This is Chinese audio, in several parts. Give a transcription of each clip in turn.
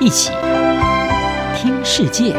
一起听世界。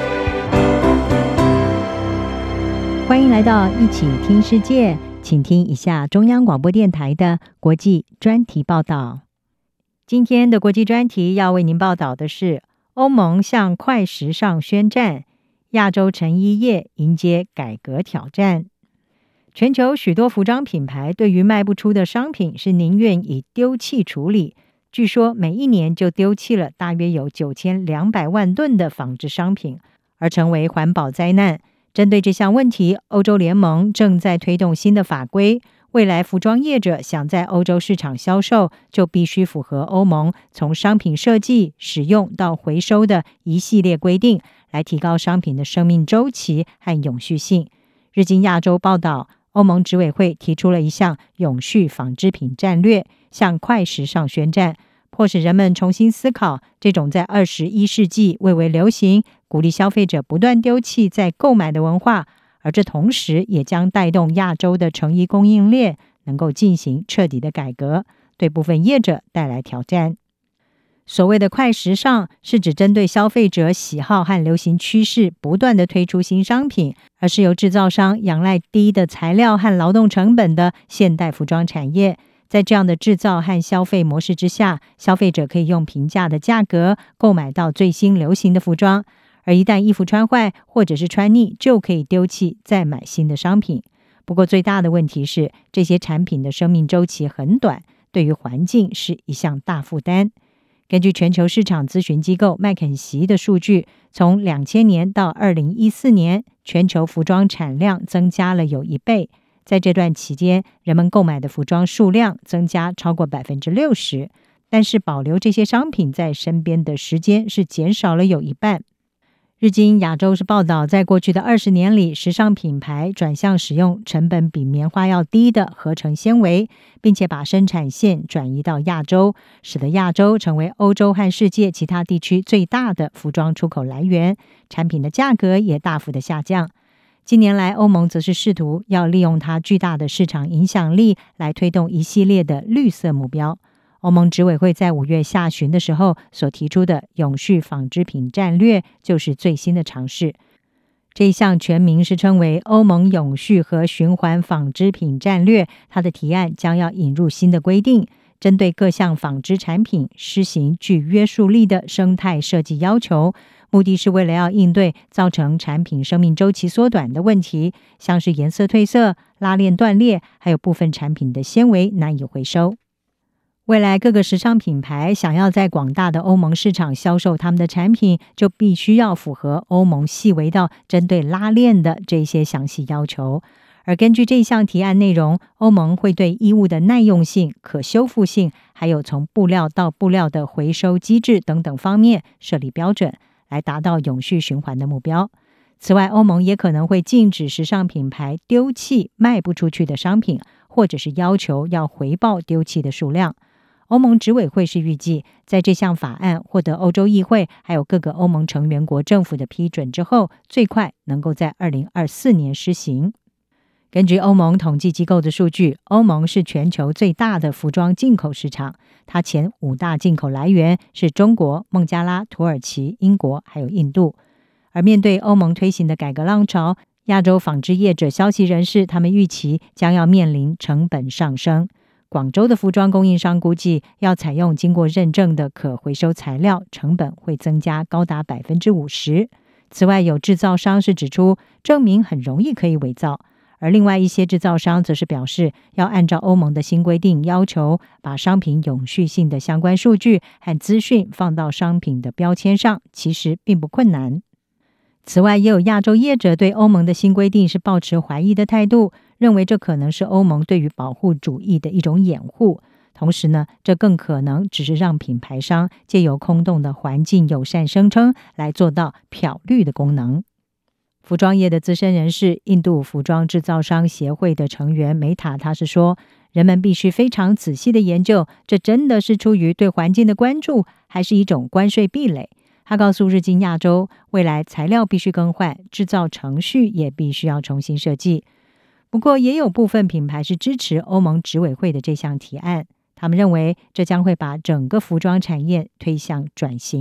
欢迎来到一起听世界，请听一下中央广播电台的国际专题报道。今天的国际专题要为您报道的是，欧盟向快时尚宣战，亚洲成衣业迎接改革挑战。全球许多服装品牌对于卖不出的商品是宁愿以丢弃处理，据说每一年就丢弃了大约有9200万吨的纺织商品，而成为环保灾难。针对这项问题，欧洲联盟正在推动新的法规，未来服装业者想在欧洲市场销售，就必须符合欧盟从商品设计、使用到回收的一系列规定，来提高商品的生命周期和永续性。日经亚洲报道，欧盟执委会提出了一项永续纺织品战略，向快时尚宣战，迫使人们重新思考这种在21世纪蔚为流行、鼓励消费者不断丢弃再购买的文化，而这同时也将带动亚洲的成衣供应链能够进行彻底的改革，对部分业者带来挑战。所谓的快时尚是指针对消费者喜好和流行趋势不断的推出新商品，而是由制造商仰赖低的材料和劳动成本的现代服装产业。在这样的制造和消费模式之下，消费者可以用平价的价格购买到最新流行的服装，而一旦衣服穿坏或者是穿腻，就可以丢弃再买新的商品。不过最大的问题是，这些产品的生命周期很短，对于环境是一项大负担。根据全球市场咨询机构麦肯锡的数据，从2000年到2014年，全球服装产量增加了有1倍。在这段期间，人们购买的服装数量增加超过60%，但是保留这些商品在身边的时间是减少了有1半。日经亚洲是报道，在过去的20年里，时尚品牌转向使用成本比棉花要低的合成纤维，并且把生产线转移到亚洲，使得亚洲成为欧洲和世界其他地区最大的服装出口来源，产品的价格也大幅的下降。近年来，欧盟则是试图要利用它巨大的市场影响力来推动一系列的绿色目标。欧盟执委会在5月下旬的时候所提出的永续纺织品战略就是最新的尝试。这一项全名是称为欧盟永续和循环纺织品战略，它的提案将要引入新的规定，针对各项纺织产品施行具约束力的生态设计要求，目的是为了要应对造成产品生命周期缩短的问题，像是颜色褪色、拉链断裂，还有部分产品的纤维难以回收。未来各个时尚品牌想要在广大的欧盟市场销售他们的产品，就必须要符合欧盟细微到针对拉链的这些详细要求。而根据这项提案内容，欧盟会对衣物的耐用性、可修复性，还有从布料到布料的回收机制等等方面设立标准，来达到永续循环的目标。此外，欧盟也可能会禁止时尚品牌丢弃卖不出去的商品，或者是要求要回报丢弃的数量。欧盟执委会是预计，在这项法案获得欧洲议会还有各个欧盟成员国政府的批准之后，最快能够在2024年施行。根据欧盟统计机构的数据，欧盟是全球最大的服装进口市场，它前5大进口来源是中国、孟加拉、土耳其、英国还有印度。而面对欧盟推行的改革浪潮，亚洲纺织业者消息人士他们预期将要面临成本上升。广州的服装供应商估计，要采用经过认证的可回收材料，成本会增加高达50%。此外，有制造商是指出，证明很容易可以伪造，而另外一些制造商则是表示，要按照欧盟的新规定要求，把商品永续性的相关数据和资讯放到商品的标签上，其实并不困难。此外，也有亚洲业者对欧盟的新规定是抱持怀疑的态度，认为这可能是欧盟对于保护主义的一种掩护。同时呢，这更可能只是让品牌商借由空洞的环境友善声称来做到漂绿的功能。服装业的资深人士、印度服装制造商协会的成员梅塔，他是说，人们必须非常仔细的研究，这真的是出于对环境的关注，还是一种关税壁垒。他告诉日经亚洲，未来材料必须更换，制造程序也必须要重新设计。不过，也有部分品牌是支持欧盟执委会的这项提案，他们认为这将会把整个服装产业推向转型。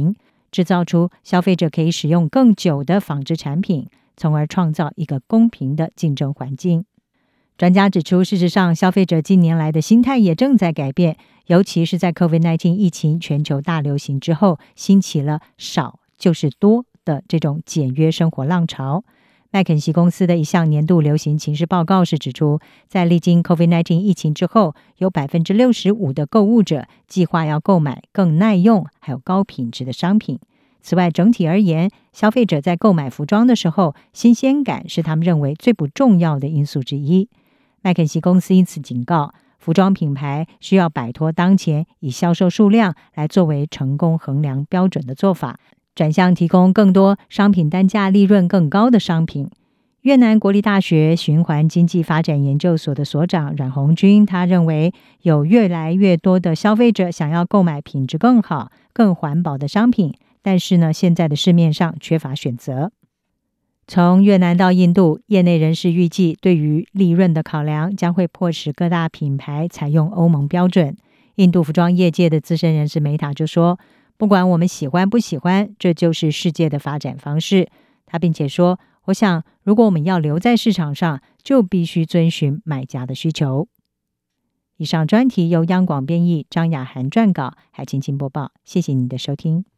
制造出消费者可以使用更久的纺织产品，从而创造一个公平的竞争环境。专家指出，事实上，消费者近年来的心态也正在改变，尤其是在 COVID-19 疫情全球大流行之后，兴起了少就是多的这种简约生活浪潮。麦肯锡公司的一项年度流行情势报告是指出，在历经 COVID-19 疫情之后，有 65% 的购物者计划要购买更耐用还有高品质的商品。此外，整体而言，消费者在购买服装的时候，新鲜感是他们认为最不重要的因素之一。麦肯锡公司因此警告，服装品牌需要摆脱当前以销售数量来作为成功衡量标准的做法，转向提供更多商品单价利润更高的商品。越南国立大学循环经济发展研究所的所长阮红军，他认为有越来越多的消费者想要购买品质更好、更环保的商品，但是呢，现在的市面上缺乏选择。从越南到印度，业内人士预计，对于利润的考量将会迫使各大品牌采用欧盟标准。印度服装业界的资深人士梅塔就说，不管我们喜欢不喜欢，这就是世界的发展方式。他并且说，我想如果我们要留在市场上，就必须遵循买家的需求。以上专题由央广编译，张雅涵撰稿，海青青播报。谢谢您的收听。